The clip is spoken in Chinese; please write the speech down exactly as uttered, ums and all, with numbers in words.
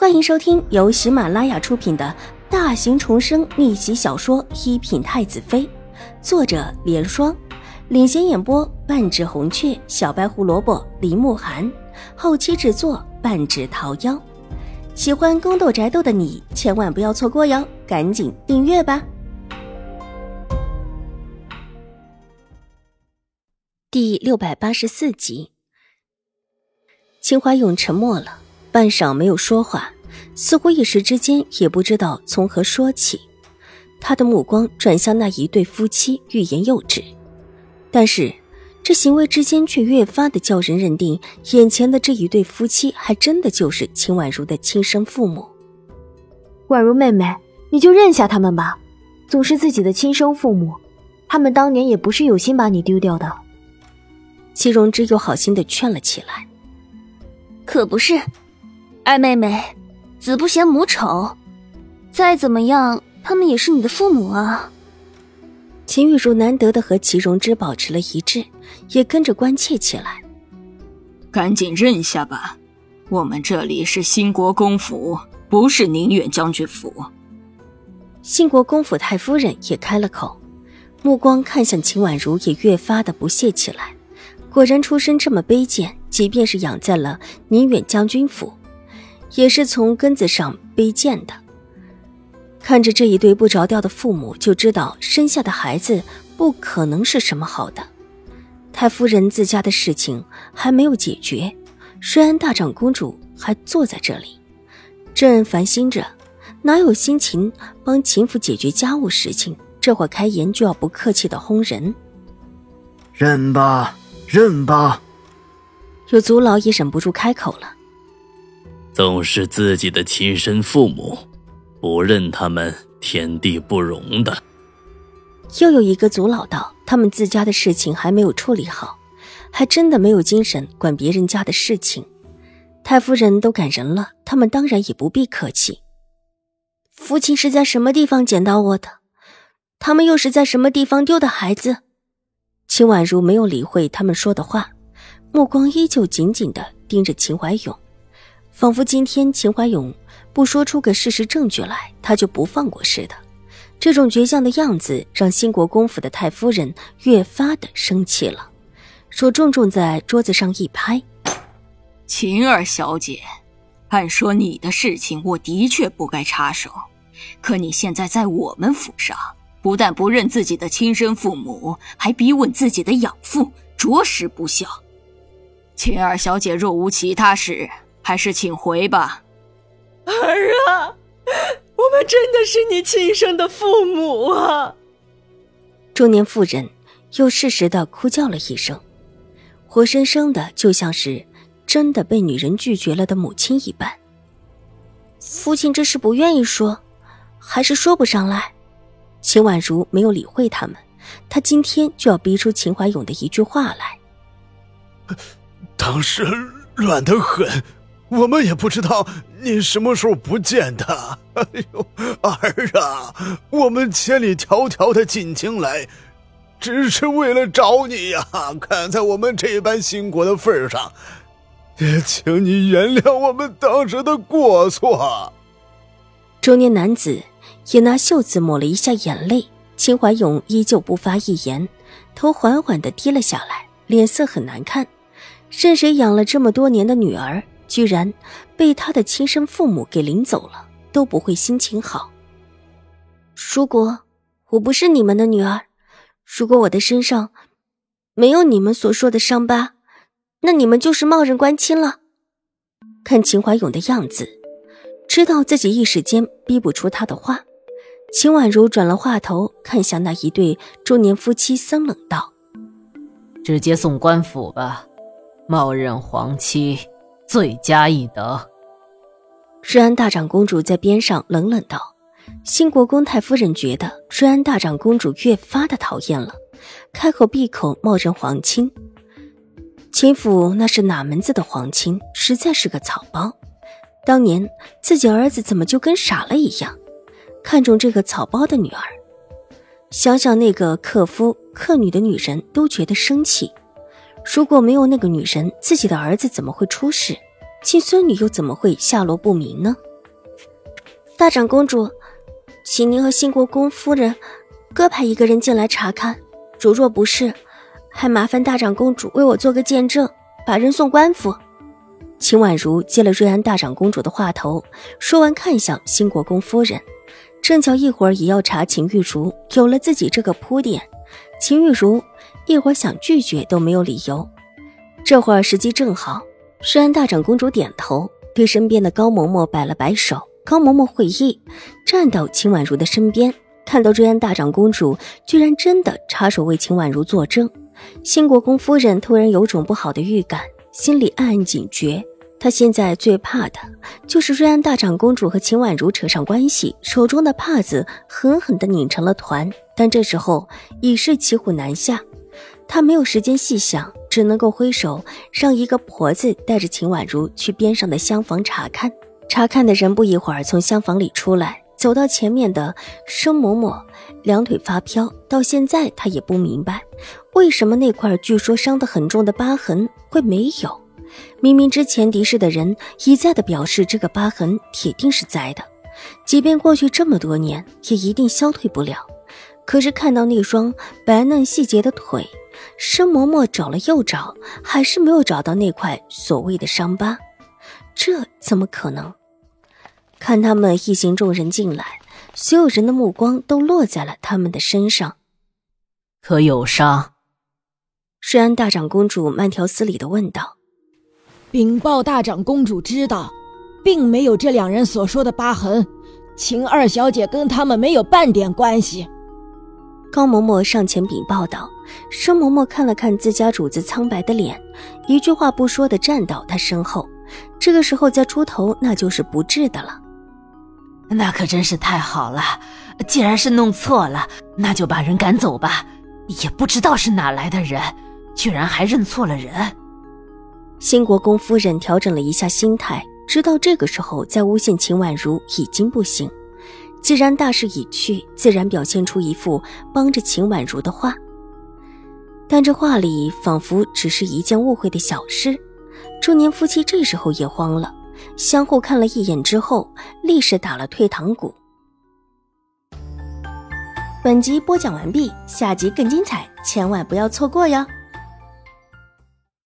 欢迎收听由喜马拉雅出品的大型重生逆袭小说《一品太子妃》，作者莲霜，领衔演播半指红雀、小白胡萝卜、林慕寒，后期制作半指桃夭。喜欢宫斗宅斗的你千万不要错过哟，赶紧订阅吧。第六百八十四集，秦怀勇沉默了半晌没有说话，似乎一时之间也不知道从何说起。他的目光转向那一对夫妻，欲言又止，但是这行为之间却越发的叫人认定眼前的这一对夫妻还真的就是秦婉如的亲生父母。 婉如妹妹，你就认下他们吧，总是自己的亲生父母，他们当年也不是有心把你丢掉的。 戚容之又好心的劝了起来。 可不是，二妹妹，子不嫌母丑，再怎么样他们也是你的父母啊。 秦玉茹难得的和戚容之保持了一致，也跟着关切起来。 赶紧认下吧，我们这里是兴国公府，不是宁远将军府。 兴国公府太夫人也开了口，目光看向秦婉如也越发的不屑起来。果然出身这么卑贱，即便是养在了宁远将军府，也是从根子上卑贱的。看着这一对不着调的父母，就知道生下的孩子不可能是什么好的。太夫人自家的事情还没有解决，瑞安大长公主还坐在这里，正烦心着，哪有心情帮秦府解决家务事情，这会开言就要不客气的轰人。 认吧认吧。 有族老也忍不住开口了。 纵是自己的亲生父母，不认他们天地不容的。 又有一个族老道，他们自家的事情还没有处理好，还真的没有精神管别人家的事情。太夫人都赶人了，他们当然也不必客气。父亲是在什么地方捡到我的？他们又是在什么地方丢的孩子？秦婉如没有理会他们说的话，目光依旧紧紧地盯着秦怀勇，仿佛今天秦怀勇不说出个事实证据来，他就不放过似的。这种倔强的样子让兴国公府的太夫人越发的生气了，手重重在桌子上一拍。 秦二小姐，按说你的事情我的确不该插手，可你现在在我们府上，不但不认自己的亲生父母，还逼问自己的养父，着实不孝。秦二小姐若无其他事，还是请回吧。 儿啊，我们真的是你亲生的父母啊！ 中年妇人又适时地哭叫了一声，活生生的就像是真的被女人拒绝了的母亲一般。父亲这是不愿意说，还是说不上来？秦婉如没有理会他们，她今天就要逼出秦怀勇的一句话来。 当时乱得很，我们也不知道你什么时候不见的。哎呦，儿啊，我们千里迢迢的进京来，只是为了找你呀、啊！看在我们这般兴国的份上，也请你原谅我们当时的过错。 中年男子也拿袖子抹了一下眼泪，秦怀勇依旧不发一言，头缓缓地低了下来，脸色很难看。任谁养了这么多年的女儿，居然被他的亲生父母给领走了，都不会心情好。如果我不是你们的女儿，如果我的身上没有你们所说的伤疤，那你们就是冒认官亲了。看秦怀勇的样子，知道自己一时间逼不出他的话，秦婉如转了话头，看向那一对中年夫妻，森冷道： 直接送官府吧，冒认皇妻，罪加一等。 瑞安大长公主在边上冷冷道。兴国公太夫人觉得瑞安大长公主越发的讨厌了，开口闭口冒认皇亲。秦府那是哪门子的皇亲，实在是个草包。当年自己儿子怎么就跟傻了一样，看中这个草包的女儿。想想那个克夫克女的女人都觉得生气，如果没有那个女人，自己的儿子怎么会出事？亲孙女又怎么会下落不明呢？ 大长公主，请您和新国公夫人各派一个人进来查看，如若不是，还麻烦大长公主为我做个见证，把人送官府。秦婉如接了瑞安大长公主的话头，说完看向新国公夫人，正巧一会儿也要查秦玉茹，有了自己这个铺垫，秦玉茹一会儿想拒绝都没有理由。这会儿时机正好，瑞安大长公主点头，对身边的高嬷嬷摆了摆手，高嬷嬷会意，站到秦婉如的身边，看到瑞安大长公主居然真的插手为秦婉如作证，新国公夫人突然有种不好的预感，心里暗暗警觉。她现在最怕的就是瑞安大长公主和秦婉如扯上关系，手中的帕子狠狠地拧成了团，但这时候已是骑虎难下，她没有时间细想，只能够挥手让一个婆子带着秦婉如去边上的厢房查看。查看的人不一会儿从厢房里出来，走到前面的生嬷嬷两腿发飘，到现在她也不明白为什么那块据说伤得很重的疤痕会没有，明明之前敌视的人一再的表示这个疤痕铁定是在的，即便过去这么多年也一定消退不了。可是看到那双白嫩细节的腿，生嬷嬷找了又找，还是没有找到那块所谓的伤疤，这怎么可能？看他们一行众人进来，所有人的目光都落在了他们的身上。 可有伤？ 瑞安大长公主慢条斯理地问道。 禀报大长公主知道，并没有这两人所说的疤痕，秦二小姐跟他们没有半点关系。 高嬷嬷上前禀报道。生嬷嬷看了看自家主子苍白的脸，一句话不说地站到他身后，这个时候再出头那就是不智的了。 那可真是太好了，既然是弄错了，那就把人赶走吧，也不知道是哪来的人，居然还认错了人。 新国公夫人调整了一下心态，知道这个时候再诬陷秦婉如已经不行，既然大势已去，自然表现出一副帮着秦婉如的话，但这话里仿佛只是一件误会的小事。中年夫妻这时候也慌了，相互看了一眼之后，立时打了退堂鼓。本集播讲完毕，下集更精彩，千万不要错过哟。